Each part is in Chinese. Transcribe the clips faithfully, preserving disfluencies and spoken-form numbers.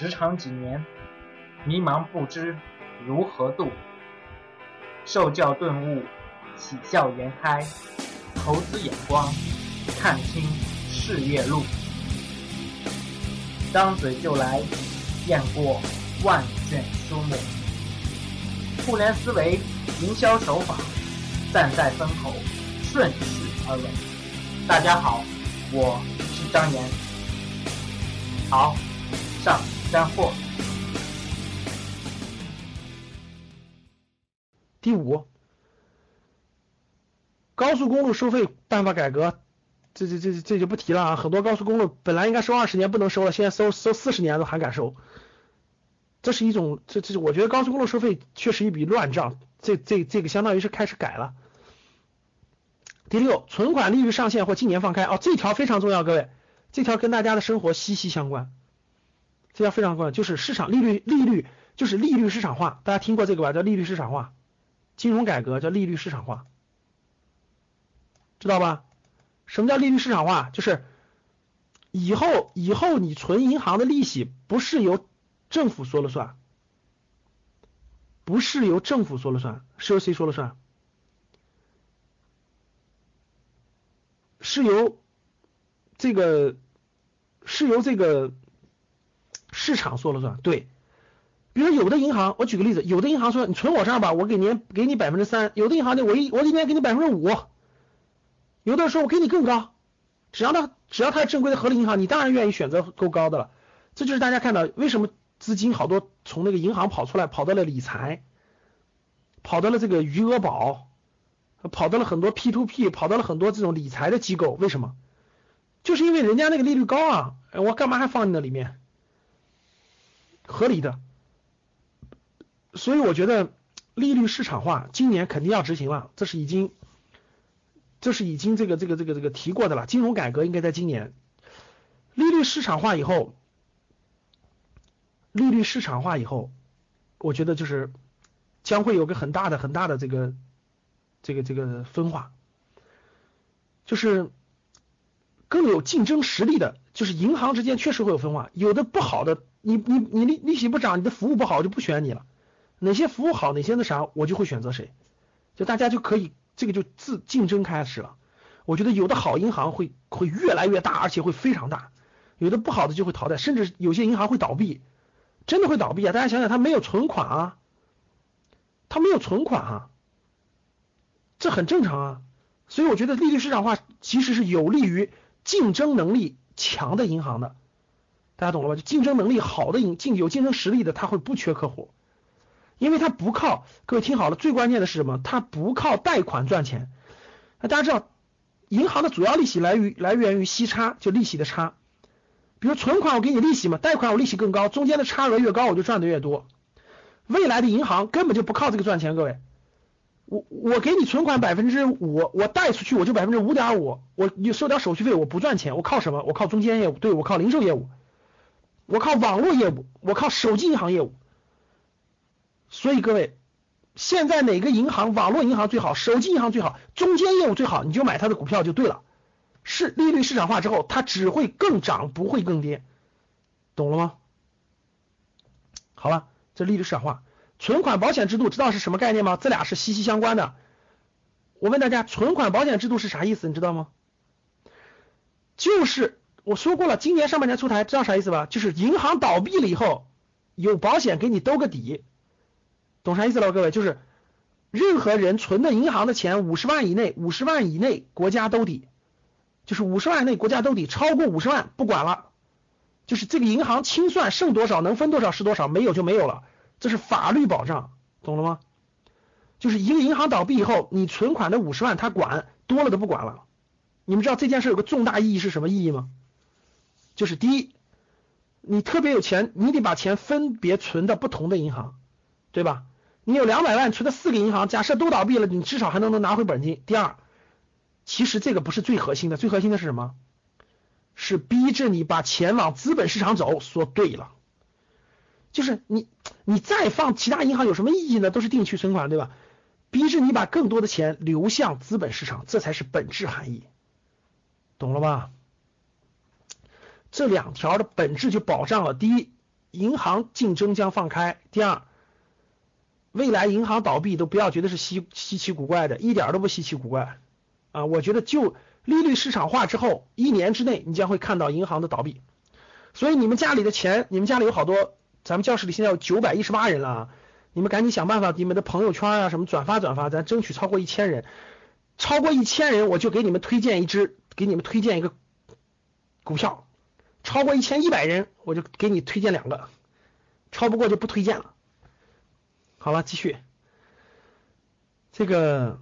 职场几年，迷茫不知如何度，受教顿悟，喜笑颜开，投资眼光，看清事业路。张嘴就来，雁过万卷书目。互联思维，营销手法，站在风口，顺势而为。大家好，我是张岩。好，上干货。 第五，高速公路收费办法改革，这这这这就不提了啊！很多高速公路本来应该收二十年不能收了，现在收收四十年都还敢收，这是一种这这我觉得高速公路收费确实一笔乱账，这这这个相当于是开始改了。第六，存款利率上限或今年放开哦，这条非常重要，各位，这条跟大家的生活息息相关，这条非常重要，就是市场利率利率就是利率市场化，大家听过这个吧？叫利率市场化。金融改革叫利率市场化，知道吧？什么叫利率市场化？就是以后以后你存银行的利息不是由政府说了算，不是由政府说了算，是由谁说了算？是由这个是由这个市场说了算，对。比如有的银行，我举个例子，有的银行说你存我这儿吧，我给年给你百分之三，有的银行呢，我一我一年给你百分之五，有的说我给你更高，只要它只要它是正规的合理银行，你当然愿意选择够高的了。这就是大家看到为什么资金好多从那个银行跑出来，跑到了理财，跑到了这个余额宝，跑到了很多 P to P， 跑到了很多这种理财的机构，为什么？就是因为人家那个利率高啊，我干嘛还放你那里面？合理的。所以我觉得利率市场化今年肯定要执行了，这是已经这是已经这个这个这个这个提过的了。金融改革应该在今年。利率市场化以后，利率市场化以后，我觉得就是将会有个很大的很大的这个这个这个分化，就是更有竞争实力的，就是银行之间确实会有分化，有的不好的，你你你利利息不涨，你的服务不好，我就不选你了。哪些服务好，哪些那啥，我就会选择谁，就大家就可以这个就自竞争开始了。我觉得有的好银行会会越来越大，而且会非常大，有的不好的就会淘汰，甚至有些银行会倒闭，真的会倒闭啊！大家想想，他没有存款啊，他没有存款啊，这很正常啊。所以我觉得利率市场化其实是有利于竞争能力强的银行的，大家懂了吧？就竞争能力好的银竞有竞争实力的，他会不缺客户。因为它不靠，各位听好了，最关键的是什么？它不靠贷款赚钱。那大家知道，银行的主要利息来于来源于息差，就利息的差。比如存款我给你利息嘛，贷款我利息更高，中间的差额越高，我就赚的越多。未来的银行根本就不靠这个赚钱，各位。我我给你存款百分之五，我贷出去我就百分之五点五，我你收点手续费，我不赚钱，我靠什么？我靠中间业务，对，我靠零售业务，我靠网络业务，我靠手机银行业务。所以各位，现在哪个银行，网络银行最好，手机银行最好，中间业务最好，你就买它的股票就对了。是利率市场化之后，它只会更涨，不会更跌，懂了吗？好了，这利率市场化。存款保险制度知道是什么概念吗？这俩是息息相关的。我问大家，存款保险制度是啥意思？你知道吗？就是我说过了，今年上半年出台，知道啥意思吧？就是银行倒闭了以后，有保险给你兜个底。懂啥意思了，各位？就是任何人存的银行的钱五十万以内，五十万以内国家兜底，就是五十万以内国家兜底，超过五十万不管了，就是这个银行清算剩多少能分多少是多少，没有就没有了，这是法律保障，懂了吗？就是一个银行倒闭以后，你存款的五十万他管，多了都不管了。你们知道这件事有个重大意义是什么意义吗？就是第一，你特别有钱，你得把钱分别存到不同的银行，对吧？你有两百万存的四个银行，假设都倒闭了，你至少还能能拿回本金。第二，其实这个不是最核心的，最核心的是什么？是逼着你把钱往资本市场走。说对了，就是你你再放其他银行有什么意义呢？都是定期存款，对吧？逼着你把更多的钱流向资本市场，这才是本质含义，懂了吧？这两条的本质就保障了：第一， 银行竞争将放开。第二，未来银行倒闭都不要觉得是稀稀奇古怪的，一点都不稀奇古怪啊！我觉得就利率市场化之后，一年之内你将会看到银行的倒闭。所以你们家里的钱，你们家里有好多，咱们教室里现在有九百一十八人了啊，你们赶紧想办法，你们的朋友圈啊什么转发转发，咱争取超过一千人，超过一千人我就给你们推荐一支，给你们推荐一个股票，超过一千一百人我就给你推荐两个，超不过就不推荐了。好了，继续。这个，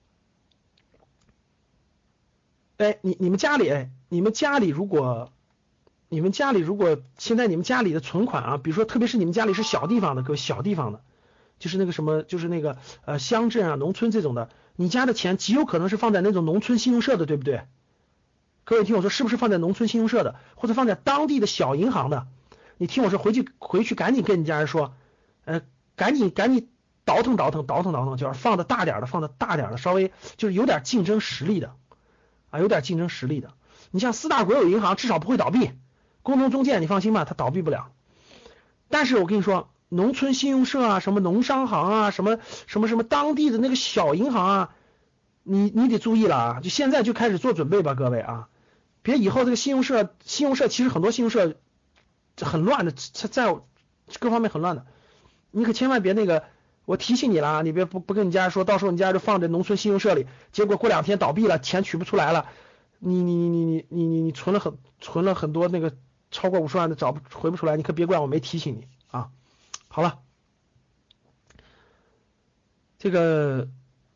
哎，你你们家里，哎，你们家里如果，你们家里如果现在你们家里的存款啊，比如说特别是你们家里是小地方的，各位小地方的，就是那个什么，就是那个呃乡镇啊、农村这种的，你家的钱极有可能是放在那种农村信用社的，对不对？各位听我说，是不是放在农村信用社的，或者放在当地的小银行的？你听我说，回去回去赶紧跟你家人说，呃。赶紧赶紧倒腾倒腾倒腾倒腾，就是放的大点的，放的大点的，稍微就是有点竞争实力的啊，有点竞争实力的。你像四大国有银行至少不会倒闭，工农中建你放心吧，它倒闭不了。但是我跟你说，农村信用社啊，什么农商行啊，什么什么什么当地的那个小银行啊，你你得注意了啊，就现在就开始做准备吧，各位啊，别以后这个信用社信用社其实很多信用社很乱的，在各方面很乱的。你可千万别那个，我提醒你了啊，你别不不跟你家说，到时候你家就放在农村信用社里，结果过两天倒闭了，钱取不出来了，你你你你你你你你存了很存了很多那个超过五十万的找不回不出来，你可别怪我没提醒你啊。好了，这个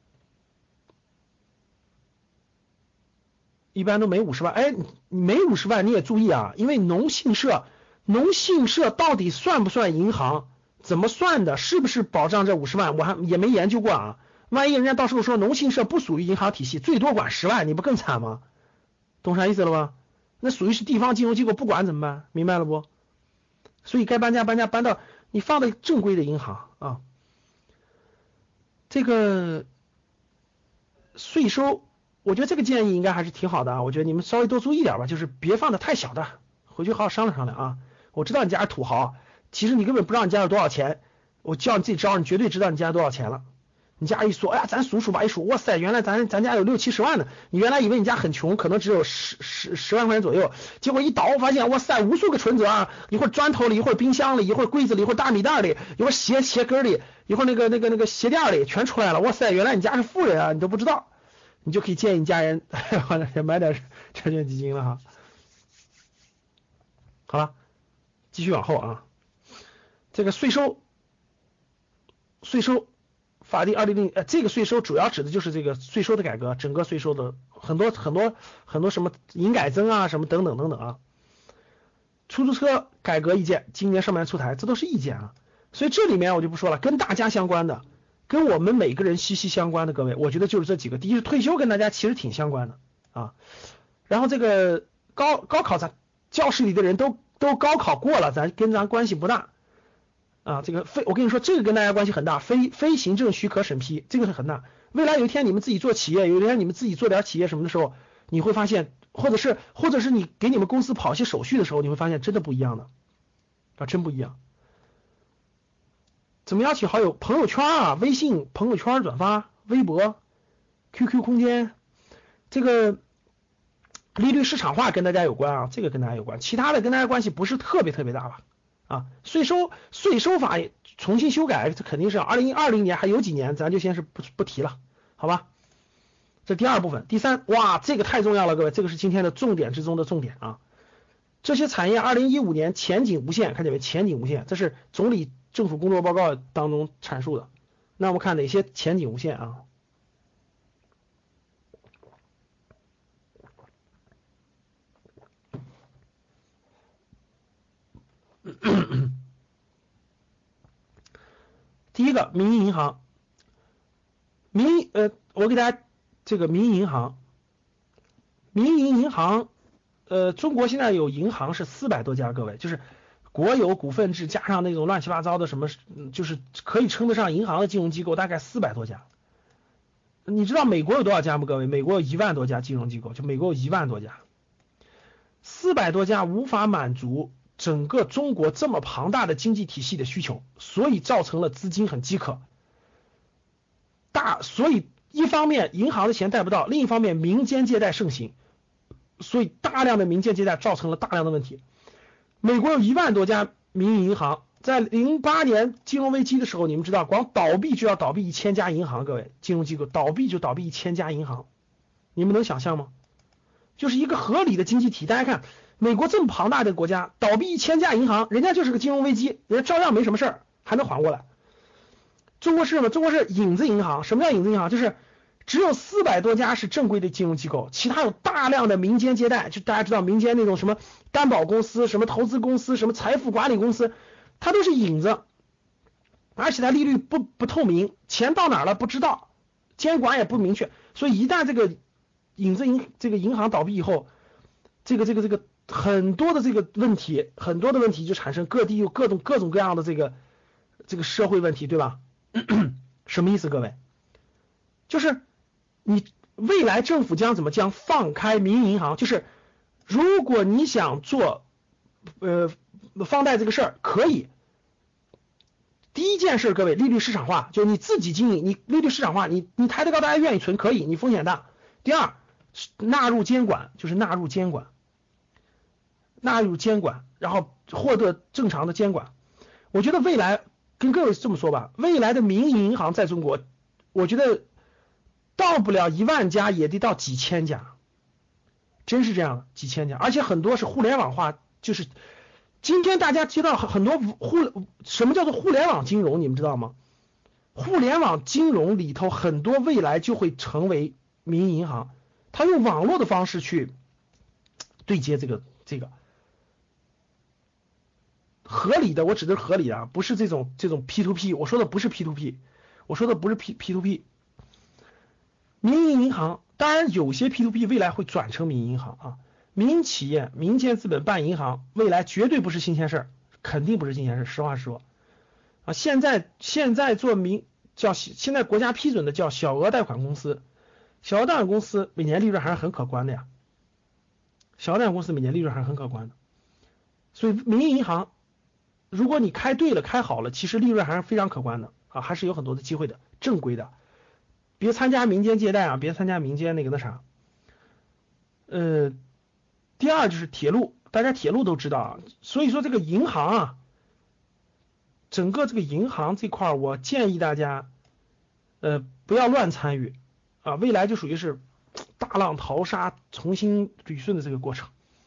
一般都没五十万，哎，没五十万你也注意啊，因为农信社农信社到底算不算银行？怎么算的？是不是保障这五十万？我还也没研究过啊。万一人家到时候说农信社不属于银行体系，最多管十万，你不更惨吗？懂啥意思了吧？那属于是地方金融机构，不管怎么办？明白了不？所以该搬家搬家搬到你放在正规的银行啊。这个税收，我觉得这个建议应该还是挺好的啊。我觉得你们稍微多注意点吧，就是别放的太小的，回去好好商量商量啊。我知道你家是土豪。其实你根本不知道你家有多少钱，我教你自己招，你绝对知道你家多少钱了。你家一说，哎呀，咱数数吧，一数，哇塞，原来咱咱家有六七十万呢。你原来以为你家很穷，可能只有十十十万块钱左右，结果一倒发现，哇塞，无数个存折啊，一会儿砖头里，一会儿冰箱里，一会儿柜子里，一会儿大米袋里，一会儿鞋鞋跟里，一会儿那个那个那个鞋垫里，全出来了。哇塞，原来你家是富人啊，你都不知道，你就可以建议你家人买点证券基金了哈。好了，继续往后啊。这个税收，税收法定二零零呃，这个税收主要指的就是这个税收的改革，整个税收的很多很多很多什么营改增啊，什么等等等等啊。出租车改革意见，今年上半年出台，这都是意见啊。所以这里面我就不说了，跟大家相关的，跟我们每个人息息相关的，各位，我觉得就是这几个。第一是退休，跟大家其实挺相关的啊。然后这个高高考，咱教室里的人都都高考过了，咱跟咱关系不大。啊，这个非我跟你说，这个跟大家关系很大，非非行政许可审批，这个是很大。未来有一天你们自己做企业，有一天你们自己做点企业什么的时候，你会发现，或者是或者是你给你们公司跑一些手续的时候，你会发现真的不一样的啊，真不一样。怎么邀请好友？朋友圈啊，微信朋友圈转发，微博、Q Q 空间，这个利率市场化跟大家有关啊，这个跟大家有关，其他的跟大家关系不是特别特别大吧？啊，税收税收法重新修改，这肯定是二零二零年还有几年，咱就先是不不提了，好吧？这第二部分，第三，哇，这个太重要了，各位，这个是今天的重点之中的重点啊！这些产业二零一五年前景无限，看见没？前景无限，这是总理政府工作报告当中阐述的。那我们看哪些前景无限啊？第一个，民营银行，民呃，我给大家这个民营银行，民营银行，呃，中国现在有银行是四百多家，各位，就是国有股份制加上那种乱七八糟的什么，就是可以称得上银行的金融机构，大概四百多家。你知道美国有多少家吗？各位，美国有一万多家金融机构，就美国有一万多家，四百多家无法满足整个中国这么庞大的经济体系的需求，所以造成了资金很饥渴。大，所以一方面银行的钱贷不到，另一方面民间借贷盛行，所以大量的民间借贷造成了大量的问题。美国有一万多家民营银行，在零八年金融危机的时候，你们知道，光倒闭就要倒闭一千家银行，各位金融机构倒闭就倒闭一千家银行，你们能想象吗？就是一个合理的经济体，大家看，美国这么庞大的国家，倒闭一千家银行，人家就是个金融危机，人家照样没什么事儿，还能缓过来。中国是什么？中国是影子银行。什么叫影子银行？就是只有四百多家是正规的金融机构，其他有大量的民间借贷，就大家知道民间那种什么担保公司、什么投资公司、什么财富管理公司，它都是影子，而且它利率不不透明，钱到哪儿了不知道，监管也不明确，所以一旦这个影子银这个银行倒闭以后，这个这个这个很多的这个问题，很多的问题就产生，各地有各种各种各样的这个这个社会问题，对吧？什么意思，各位？就是你未来政府将怎么将放开民营银行？就是如果你想做呃放贷这个事儿，可以。第一件事，各位，利率市场化，就是你自己经营，你利率市场化，你你抬得高，大家愿意存，可以，你风险大。第二，纳入监管，就是纳入监管，纳入监管，然后获得正常的监管。我觉得未来。跟各位这么说吧，未来的民营银行在中国，我觉得到不了一万家也得到几千家，真是这样，几千家，而且很多是互联网化，就是今天大家知道很多互什么叫做互联网金融，你们知道吗？互联网金融里头很多未来就会成为民营银行，它用网络的方式去对接这个这个。合理的，我指的是合理的啊，不是这种这种 P to P， 我说的不是 P to P， 我说的不是 P P to P。民营银行，当然有些 P to P 未来会转成民营银行啊，民营企业、民间资本办银行，未来绝对不是新鲜事儿，肯定不是新鲜事，实话实说啊。现在现在做民叫现在国家批准的叫小额贷款公司，小额贷款公司每年利润还是很可观的呀，小额贷款公司每年利润还是很可观的，所以民营银行。如果你开对了，开好了，其实利润还是非常可观的啊，还是有很多的机会的，正规的，别参加民间借贷啊，别参加民间那个那啥。呃，第二就是铁路，大家铁路都知道啊，所以说这个银行啊，整个这个银行这块，我建议大家，呃，不要乱参与啊，未来就属于是大浪淘沙、重新捋顺的这个过程。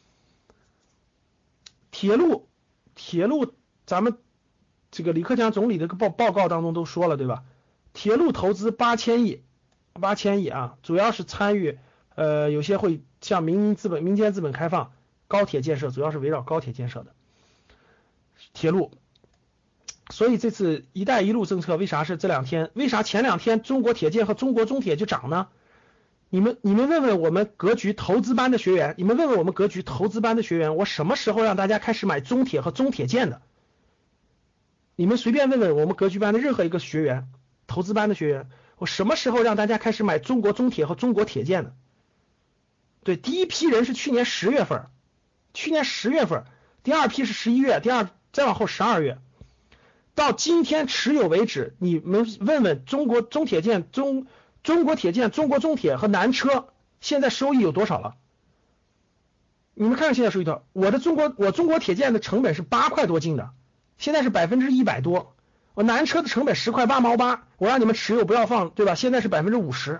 铁路，铁路。咱们这个李克强总理的报报告当中都说了，对吧？铁路投资八千亿，八千亿啊，主要是参与呃有些会向民营资本、民间资本开放，高铁建设主要是围绕高铁建设的铁路。所以这次“一带一路”政策为啥是这两天？为啥前两天中国铁建和中国中铁就涨呢？你们你们问问我们格局投资班的学员，你们问问我们格局投资班的学员，我什么时候让大家开始买中铁和中铁建的？你们随便问问我们格局班的任何一个学员，投资班的学员，我什么时候让大家开始买中国中铁和中国铁建的？对，第一批人是去年十月份，去年十月份，第二批是十一月，第二再往后十二月，到今天持有为止，你们问问中国中铁建、中中国铁建、中国中铁和南车现在收益有多少了？你们看看现在收益多少？我的中国我中国铁建的成本是八块多斤的。现在是百分之一百多，我南车的成本十块八毛八，我让你们持有不要放，对吧？现在是百分之五十。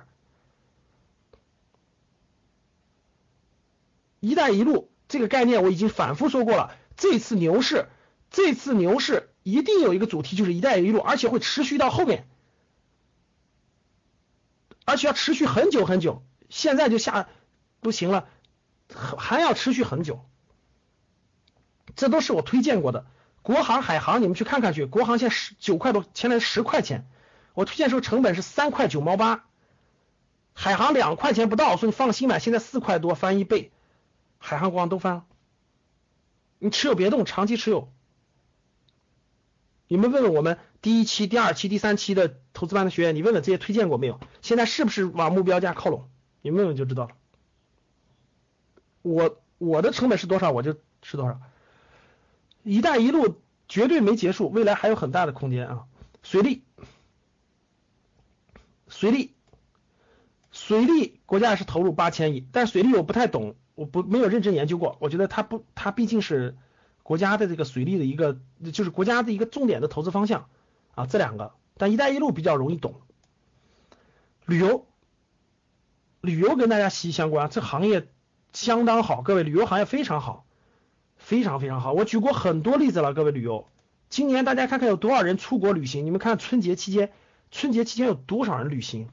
一带一路这个概念我已经反复说过了，这次牛市，这次牛市一定有一个主题，就是一带一路，而且会持续到后面，而且要持续很久很久，现在就下不行了，还要持续很久，这都是我推荐过的。国航、海航，你们去看看去。国航现在十九块多，前来十块钱，我推荐时候成本是三块九毛八，海航两块钱不到，所以你放心买，现在四块多，翻一倍，海航、国航都翻了。你持有别动，长期持有。你们问问我们第一期、第二期、第三期的投资班的学员，你问问这些推荐过没有？现在是不是往目标价靠拢？你问问就知道了。我我的成本是多少，我就是多少。 一带一路绝对没结束，未来还有很大的空间啊。水利，水利，水利国家是投入八千亿，但水利我不太懂，我不没有认真研究过，我觉得它不，它毕竟是国家的这个水利的一个，就是国家的一个重点的投资方向啊，这两个，但一带一路比较容易懂。旅游，旅游跟大家息息相关，这行业相当好，各位，旅游行业非常好，非常非常好。我举过很多例子了，各位，旅游，今年大家看看有多少人出国旅行？你们看春节期间，春节期间有多少人旅行？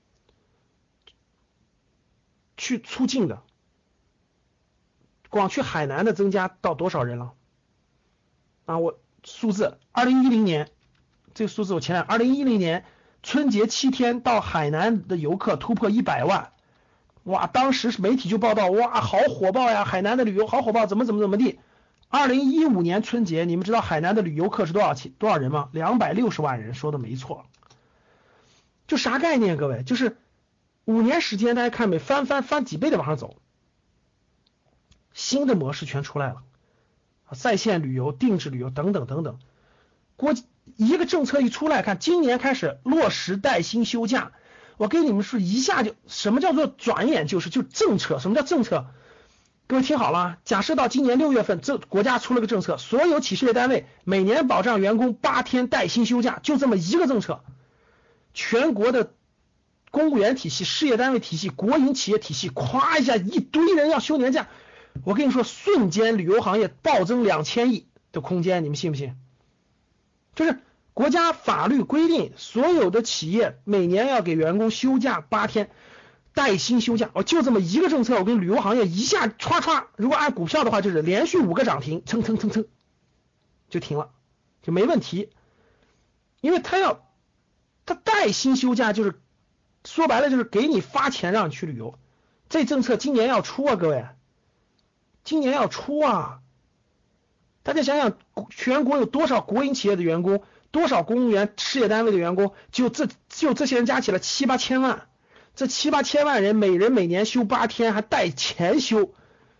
去出境的，光去海南的增加到多少人了？啊，我数字，二零一零年这个数字我前两，二零一零年春节七天到海南的游客突破一百万，哇！当时媒体就报道，哇，好火爆呀，海南的旅游好火爆，怎么怎么怎么地。二零一五年春节，你们知道海南的旅游客是多少钱多少人吗？两百六十万人，说的没错。就啥概念，各位？就是五年时间，大家看没，翻翻翻几倍的往上走，新的模式全出来了，在线旅游、定制旅游等等等等。国一个政策一出来，看今年开始落实带薪休假，我跟你们说一下就什么叫做转眼就是就政策，什么叫政策？各位听好了，假设到今年六月份，这国家出了个政策，所有企事业单位每年保障员工八天带薪休假，就这么一个政策，全国的公务员体系、事业单位体系、国营企业体系，咵一下一堆人要休年假，我跟你说，瞬间旅游行业暴增两千亿的空间，你们信不信？就是国家法律规定，所有的企业每年要给员工休假八天，带薪休假，我就这么一个政策，我跟旅游行业一下唰唰，如果按股票的话，就是连续五个涨停，蹭蹭蹭蹭就停了，就没问题，因为他要他带薪休假，就是说白了就是给你发钱让你去旅游，这政策今年要出啊，各位，今年要出啊。大家想想，全国有多少国营企业的员工，多少公务员事业单位的员工，就这就这些人加起来七八千万，这七八千万人每人每年休八天，还带钱休，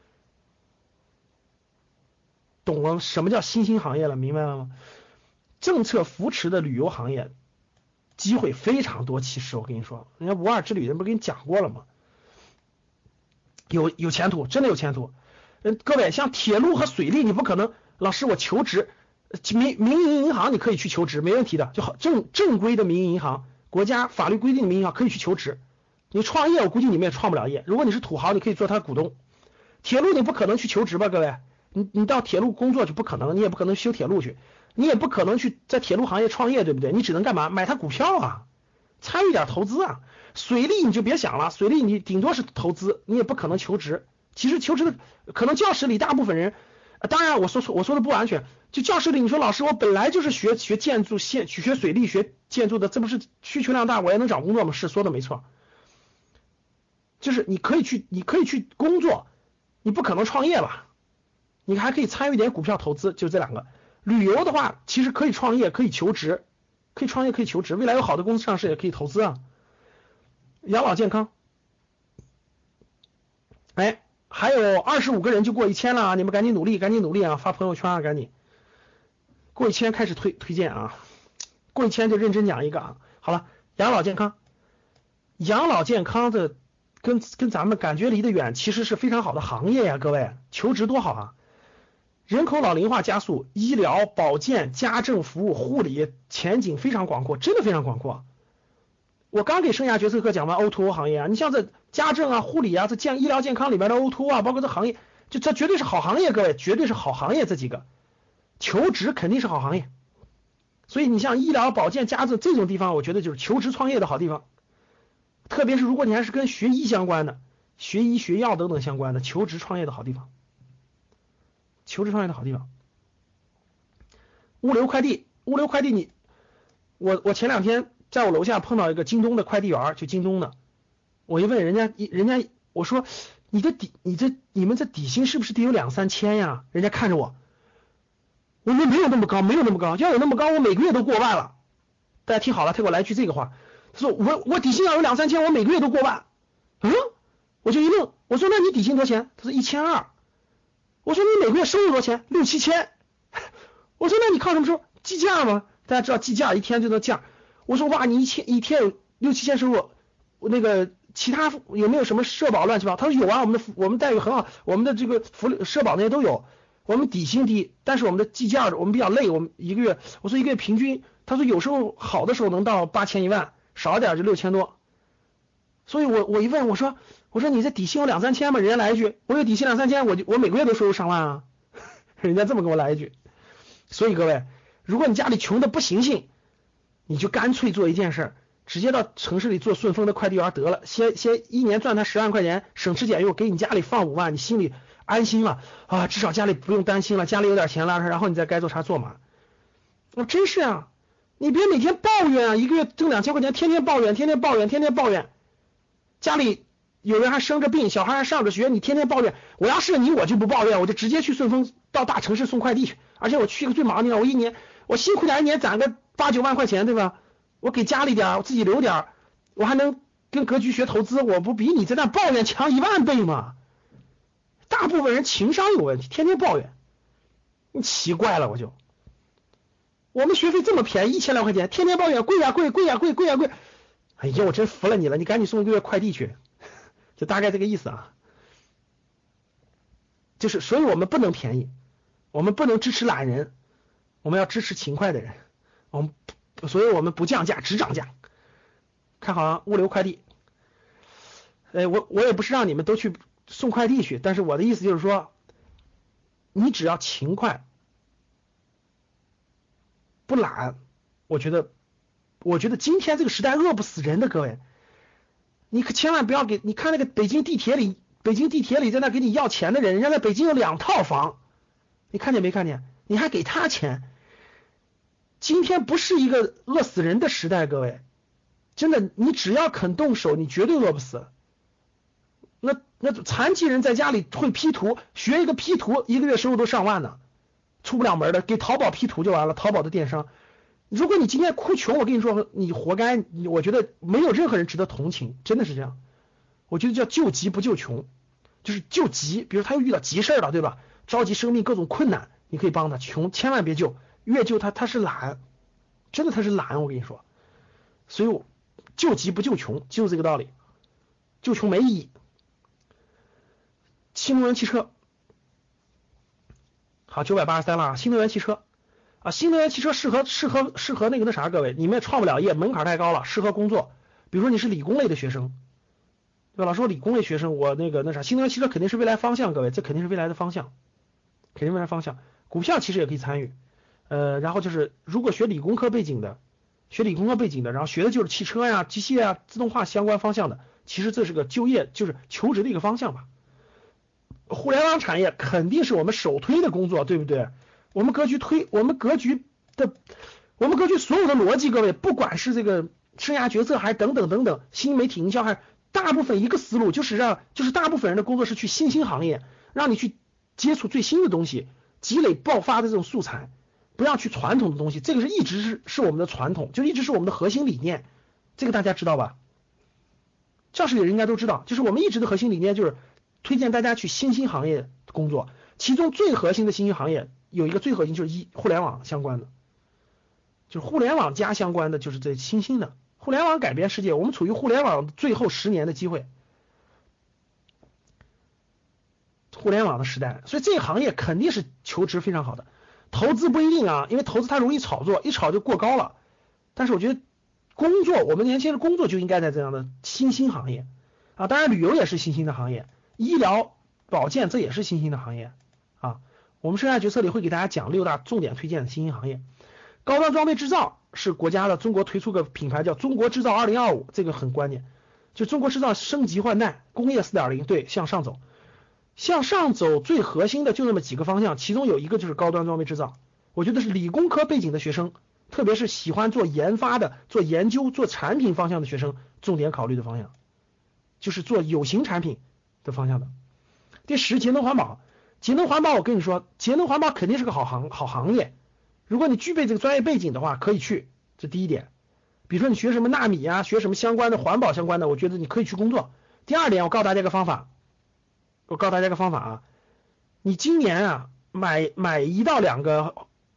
懂了什么叫新兴行业了，明白了吗？政策扶持的旅游行业机会非常多，其实我跟你说，人家五二之旅人不是跟你讲过了吗？有有前途，真的有前途。嗯，各位，像铁路和水利，你不可能。老师，我求职，民民营银行你可以去求职，没问题的，就好正正规的民营银行，国家法律规定的民营银行可以去求职。你创业，我估计你们也创不了业。如果你是土豪，你可以做他股东。铁路你不可能去求职吧，各位，你你到铁路工作就不可能，你也不可能修铁路去，你也不可能去在铁路行业创业，对不对？你只能干嘛？买他股票啊，参与点投资啊。水利你就别想了，水利你顶多是投资，你也不可能求职。其实求职的可能教室里大部分人。当然我说我说的不完全，就教室里你说老师我本来就是学学建筑现学水利学建筑的，这不是需求量大我也能找工作吗？是说的没错，就是你可以去你可以去工作，你不可能创业吧，你还可以参与点股票投资，就这两个。旅游的话其实可以创业，可以求职，可以创业可以求职，未来有好的公司上市也可以投资啊。养老健康，哎，还有二十五个人就过一千了啊！你们赶紧努力，赶紧努力啊！发朋友圈啊，赶紧过一千开始推推荐啊！过一千就认真讲一个啊！好了，养老健康，养老健康的跟跟咱们感觉离得远，其实是非常好的行业呀，各位，求职多好啊！人口老龄化加速，医疗保健、家政服务、护理前景非常广阔，真的非常广阔。我刚给生涯决策课讲完 O to O 行业啊，你像这家政啊、护理啊、这健医疗健康里边的 O to O 啊，包括这行业，就这绝对是好行业，各位，绝对是好行业。这几个求职肯定是好行业，所以你像医疗保健、家政这种地方，我觉得就是求职创业的好地方。特别是如果你还是跟学医相关的、学医学药等等相关的，求职创业的好地方。求职创业的好地方。物流快递，物流快递你，我我前两天。在我楼下碰到一个京东的快递员，就京东的，我一问人家，人家我说你的底，你这你们这底薪是不是得有两三千呀？人家看着我，我说没有那么高，没有那么高，要有那么高，我每个月都过万了。大家听好了，他给我来句这个话，他说我我底薪要有两三千，我每个月都过万。嗯，我就一愣，我说那你底薪多少钱？他说一千二。我说你每个月收入多少钱？六七千。 我说那你靠什么收？计价吗？大家知道计价一天就能价。我说哇，你一千一天有六七千收入，那个其他有没有什么社保乱七八糟？他说有啊，我们的我们待遇很好，我们的这个福利社保那些都有。我们底薪低，但是我们的计价我们比较累，我们一个月，我说一个月平均，他说有时候好的时候能到八千一万，少一点就六千多。所以我我一问我说我说你这底薪有两三千吗？人家来一句我有底薪两三千，我就我每个月都收入上万啊，人家这么跟我来一句。所以各位，如果你家里穷的不行行，你就干脆做一件事，直接到城市里做顺丰的快递员得了，先先一年赚他十万块钱，省吃俭用给你家里放五万，你心里安心了啊，至少家里不用担心了，家里有点钱了，然后你再该做啥做嘛。我真是啊，你别每天抱怨啊，一个月挣两千块钱，天天抱怨，天天抱怨，天天抱怨。家里有人还生着病，小孩还上着学，你天天抱怨。我要是你，我就不抱怨，我就直接去顺丰到大城市送快递去。而且我去一个最忙的地方，我一年我辛苦点，一年攒个八九万块钱，对吧？我给家里点，我自己留点，我还能跟格局学投资，我不比你在那抱怨强一万倍吗？大部分人情商有问题，天天抱怨，你奇怪了。我就我们学费这么便宜，一千来块钱，天天抱怨贵呀贵贵呀贵贵呀贵，哎呀，我真服了你了，你赶紧送一个月快递去，就大概这个意思啊。就是所以我们不能便宜，我们不能支持懒人，我们要支持勤快的人，我们所以我们不降价，只涨价。看好啊，物流快递。哎，我我也不是让你们都去送快递去，但是我的意思就是说，你只要勤快不懒，我觉得我觉得今天这个时代饿不死人的，各位，你可千万不要给你看那个北京地铁里北京地铁里在那给你要钱的人，人家在北京有两套房，你看见没看见？你还给他钱。今天不是一个饿死人的时代，各位，真的，你只要肯动手，你绝对饿不死。那那残疾人在家里会 P 图，学一个 P 图，一个月收入都上万呢，出不了门的，给淘宝 P 图就完了。淘宝的电商，如果你今天哭穷，我跟你说，你活该。我觉得没有任何人值得同情，真的是这样。我觉得叫救急不救穷，就是救急，比如他又遇到急事了，对吧？着急生命各种困难，你可以帮他。穷千万别救，越救他他是懒，真的他是懒，我跟你说。所以我救急不救穷，就是这个道理，救穷没意义。新能源汽车，好，九百八十三了啊！新能源汽车啊，新能源汽车适合适合适合那个那啥，各位，你们也创不了业，门槛太高了，适合工作。比如说你是理工类的学生，对吧？老师，我理工类学生，我那个那啥，新能源汽车肯定是未来方向，各位，这肯定是未来的方向，肯定未来方向。股票其实也可以参与，呃，然后就是如果学理工科背景的，学理工科背景的，然后学的就是汽车呀、机械啊、自动化相关方向的，其实这是个就业就是求职的一个方向吧。互联网产业肯定是我们首推的工作，对不对？我们格局推，我们格局的，我们格局所有的逻辑，各位，不管是这个生涯决策还是等等等等，新媒体营销还是大部分一个思路，就是让就是大部分人的工作是去新兴行业，让你去接触最新的东西，积累爆发的这种素材，不要去传统的东西，这个是一直是是我们的传统，就一直是我们的核心理念，这个大家知道吧？教室里人应该都知道，就是我们一直的核心理念就是推荐大家去新兴行业工作，其中最核心的新兴行业有一个最核心就是一互联网相关的，就是互联网加相关的就是这新兴的，互联网改变世界，我们处于互联网最后十年的机会，互联网的时代，所以这个行业肯定是求职非常好的，投资不一定啊，因为投资它容易炒作，一炒就过高了，但是我觉得工作，我们年轻人工作就应该在这样的新兴行业啊，当然旅游也是新兴的行业，医疗保健这也是新兴的行业啊。我们生涯决策里会给大家讲六大重点推荐的新兴行业。高端装备制造是国家的，中国推出个品牌叫中国制造二零二五，这个很关键，就中国制造升级换代，工业 四点零， 对，向上走，向上走最核心的就那么几个方向，其中有一个就是高端装备制造，我觉得是理工科背景的学生，特别是喜欢做研发的、做研究、做产品方向的学生，重点考虑的方向，就是做有形产品的方向的。第十，节能环保。节能环保，我跟你说，节能环保肯定是个好行好行业。如果你具备这个专业背景的话，可以去，这第一点。比如说你学什么纳米啊，学什么相关的环保相关的，我觉得你可以去工作。第二点，我告诉大家一个方法，我告诉大家一个方法啊，你今年啊买买一到两个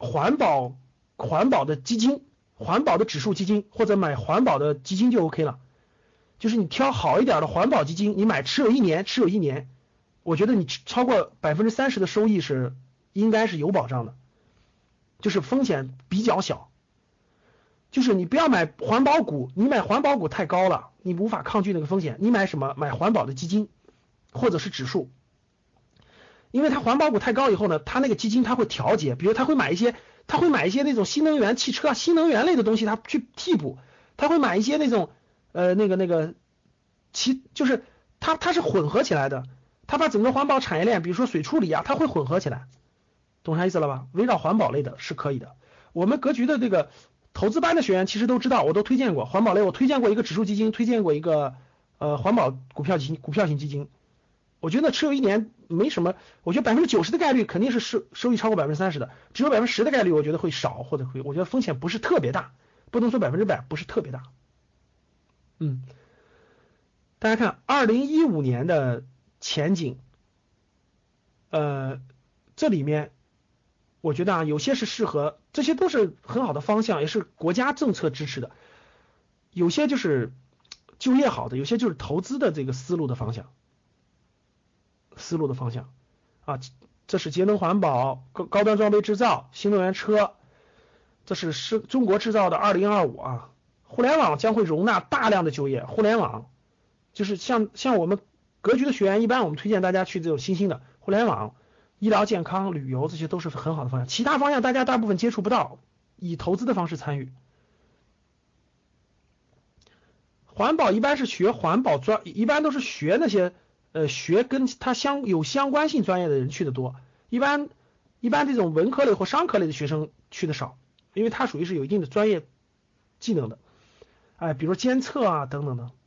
环保环保的基金，环保的指数基金，或者买环保的基金就 OK 了。就是你挑好一点的环保基金，你买持有一年，持有一年，我觉得你超过百分之三十的收益是应该是有保障的，就是风险比较小。就是你不要买环保股，你买环保股太高了，你无法抗拒那个风险。你买什么？买环保的基金或者是指数，因为它环保股太高以后呢，它那个基金它会调节，比如它会买一些，它会买一些那种新能源汽车、新能源类的东西，它去替补，它会买一些那种呃那个那个其就是它它是混合起来的，它把整个环保产业链，比如说水处理啊，它会混合起来，懂啥意思了吧？围绕环保类的是可以的。我们格局的这个投资班的学员其实都知道，我都推荐过环保类，我推荐过一个指数基金，推荐过一个呃环保股票基金股票型基金。我觉得持有一年没什么，我觉得百分之九十的概率肯定是收收益超过百分之三十的，只有百分之十的概率我觉得会少或者会，我觉得风险不是特别大，不能说百分之百，不是特别大。嗯，大家看二零一五年的前景，呃，这里面我觉得啊，有些是适合，这些都是很好的方向，也是国家政策支持的，有些就是就业好的，有些就是投资的这个思路的方向。思路的方向啊，这是节能环保、高高端装备制造、新能源车，这是是中国制造的二零二五啊。互联网将会容纳大量的就业，互联网就是像像我们格局的学员，一般我们推荐大家去这种新兴的互联网、医疗健康、旅游，这些都是很好的方向。其他方向大家大部分接触不到，以投资的方式参与。环保一般是学环保专，一般都是学那些。呃，学跟他相有相关性专业的人去的多，一般一般这种文科类或商科类的学生去的少，因为它属于是有一定的专业技能的，哎，比如监测啊等等的。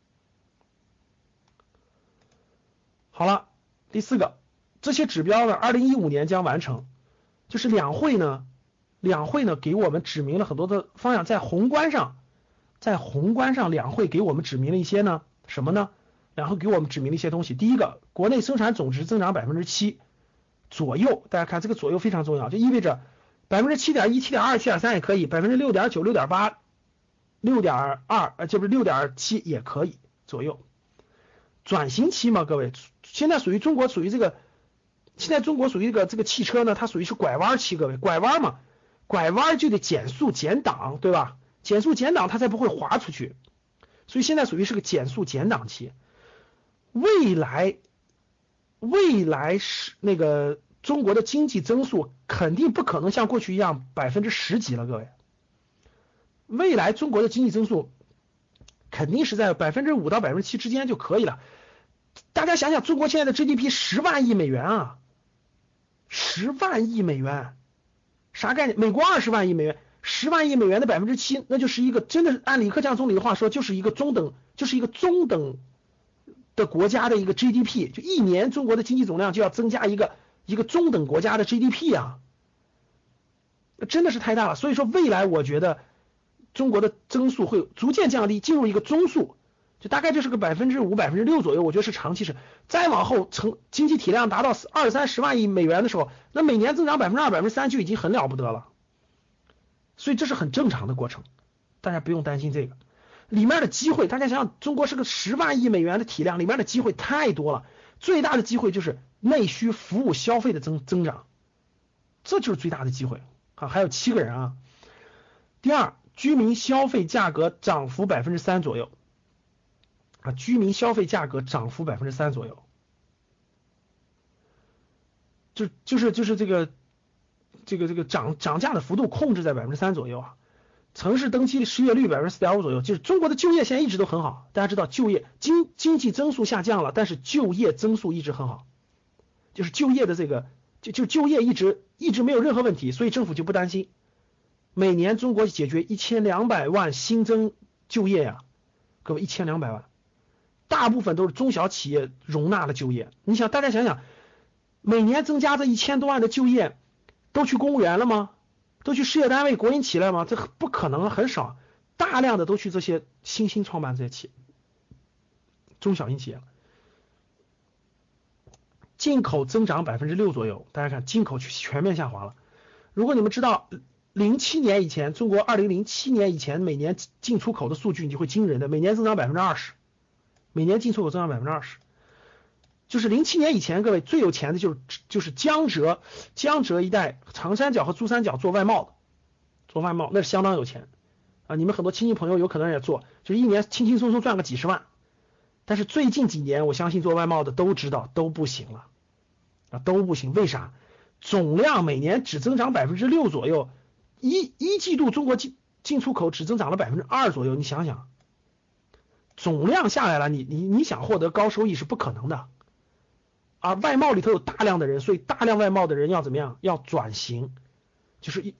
好了，第四个，这些指标呢，二零一五年将完成，就是两会呢，两会呢给我们指明了很多的方向，在宏观上，在宏观上两会给我们指明了一些呢，什么呢？然后给我们指明了一些东西。第一个，国内生产总值增长百分之七左右，大家看这个左右非常重要，就意味着百分之七点一、七点二、七点三也可以，百分之六点九、六点八、六点二，呃，就是六点七也可以左右。转型期嘛，各位，现在属于中国属于这个，现在中国属于这个这个汽车呢，它属于是拐弯期，各位，拐弯嘛，拐弯就得减速减档，对吧？减速减档它才不会滑出去，所以现在属于是个减速减档期。未来，未来是那个中国的经济增速肯定不可能像过去一样百分之十几了，各位。未来中国的经济增速肯定是在百分之五到百分之七之间就可以了。大家想想，中国现在的 G D P 十万亿美元啊，十万亿美元，啥概念？美国二十万亿美元，十万亿美元的百分之七，那就是一个真的是按李克强总理的话说，就是一个中等，就是一个中等。的国家的一个 G D P， 就一年中国的经济总量就要增加一个一个中等国家的 G D P 啊，真的是太大了。所以说未来我觉得中国的增速会逐渐降低，进入一个中速，就大概就是个百分之五、百分之六左右，我觉得是长期是。再往后成经济体量达到二三十万亿美元的时候，那每年增长百分之二、百分之三就已经很了不得了。所以这是很正常的过程，大家不用担心这个。里面的机会，大家想想，中国是个十万亿美元的体量，里面的机会太多了。最大的机会就是内需服务消费的增增长，这就是最大的机会啊！还有七个人啊。第二，居民消费价格涨幅百分之三左右啊，居民消费价格涨幅百分之三左右，就就是就是这个这个这个涨涨价的幅度控制在百分之三左右啊。城市登记的失业率百分之四点五左右，就是中国的就业现在一直都很好。大家知道，就业经经济增速下降了，但是就业增速一直很好，就是就业的这个就就就业一直一直没有任何问题，所以政府就不担心。每年中国解决一千两百万新增就业呀、啊，各位一千两百万，大部分都是中小企业容纳了就业。你想，大家想想，每年增加这一千多万的就业，都去公务员了吗？都去事业单位、国营企业了吗？这不可能，很少，大量的都去这些新兴创办这些企业，中小型企业。进口增长百分之六左右，大家看进口全面下滑了。 如果你们知道零七年以前，中国二零零七年以前每年进出口的数据，你就会惊人的，每年增长百分之二十，每年进出口增长百分之二十。就是零七年以前，各位最有钱的就是就是江浙江浙一带，长三角和珠三角做外贸的，做外贸那是相当有钱啊！你们很多亲戚朋友有可能也做，就是一年轻轻松松赚个几十万。但是最近几年，我相信做外贸的都知道都不行了啊，都不行。为啥？总量每年只增长百分之六左右，一一季度中国进进出口只增长了百分之二左右，你想想，总量下来了，你你你想获得高收益是不可能的。而外贸里头有大量的人，所以大量外贸的人要怎么样？要转型，就是一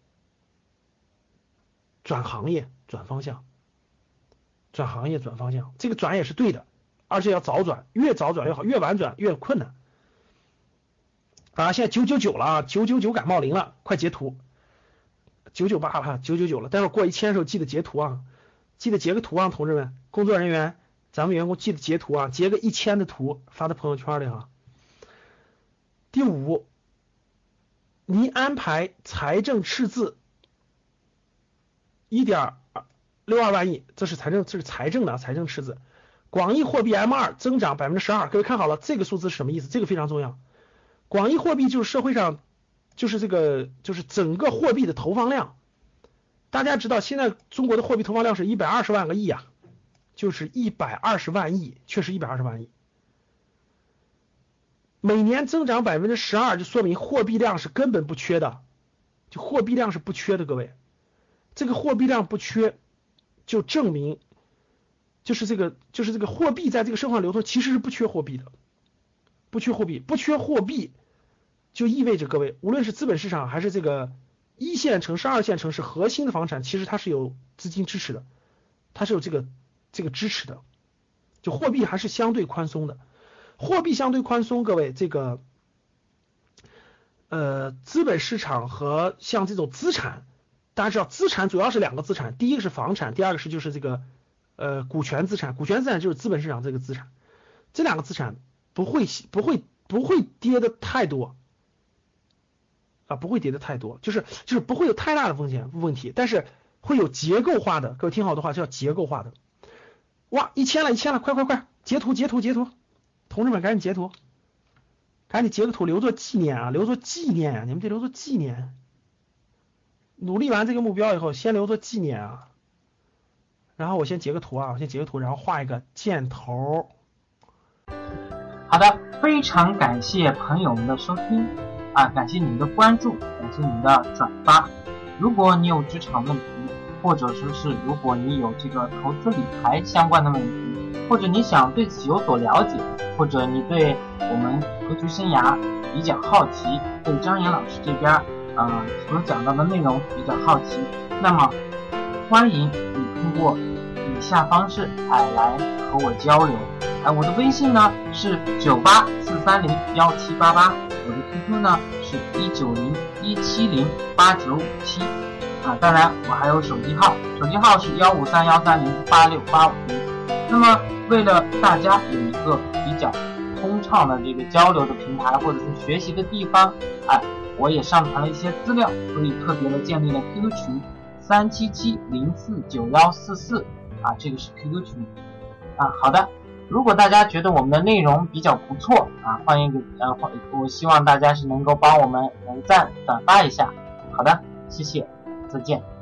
转行业、转方向、转行业、转方向。这个转也是对的，而且要早转，越早转越好，越晚转越困难。啊，现在九九九了啊，九九九感冒灵了，快截图。九九八了，九九九了，待会儿过一千的时候记得截图啊，记得截个图啊，同志们，工作人员，咱们员工记得截图啊，截个一千的图发到朋友圈里啊。第五，拟安排财政赤字一点六二万亿，这是财政，这是财政的财政赤字。广义货币 M 二 增长百分之十二，各位看好了，这个数字是什么意思？这个非常重要。广义货币就是社会上，就是这个，就是整个货币的投放量。大家知道，现在中国的货币投放量是一百二十万个亿啊，就是一百二十万亿，确实一百二十万亿。每年增长百分之十二，就说明货币量是根本不缺的，就货币量是不缺的，各位，这个货币量不缺，就证明，就是这个，就是这个货币在这个社会上流通，其实是不缺货币的，不缺货币，不缺货币，就意味着各位，无论是资本市场还是这个一线城市、二线城市核心的房产，其实它是有资金支持的，它是有这个这个支持的，就货币还是相对宽松的。货币相对宽松，各位，这个呃资本市场和像这种资产，大家知道资产主要是两个资产，第一个是房产，第二个是就是这个呃股权资产，股权资产就是资本市场这个资产，这两个资产不会不会不会跌的太多啊，不会跌的太多，就是就是不会有太大的风险问题，但是会有结构化的，各位听好的话叫结构化的。哇，一千了，一千了，快快快，截图截图截图。同志们，赶紧截图，赶紧截个图留作纪念啊，留作纪念啊，你们得留作纪念。努力完这个目标以后，先留作纪念啊。然后我先截个图啊，我先截个图，然后画一个箭头。 好的，非常感谢朋友们的收听啊，感谢你们的关注，感谢你们的转发。如果你有职场问题，或者说是如果你有这个投资理财相关的问题，或者你想对此有所了解，或者你对我们格局生涯比较好奇，对张岩老师这边呃所讲到的内容比较好奇，那么欢迎你通过以下方式哎来和我交流。哎，我的微信呢是九八四三零幺七八八，我的 Q Q 呢是一九零一七零八九五七啊，当然我还有手机号，手机号是幺五三幺三零八六八五零。那么为了大家有一个比较通畅的这个交流的平台，或者是学习的地方，哎，我也上传了一些资料，所以特别的建立了 Q Q 群三七七零四九幺四四啊，这个是 Q Q 群啊。好的，如果大家觉得我们的内容比较不错啊，欢迎给呃，我希望大家是能够帮我们点赞转发一下。好的，谢谢，再见。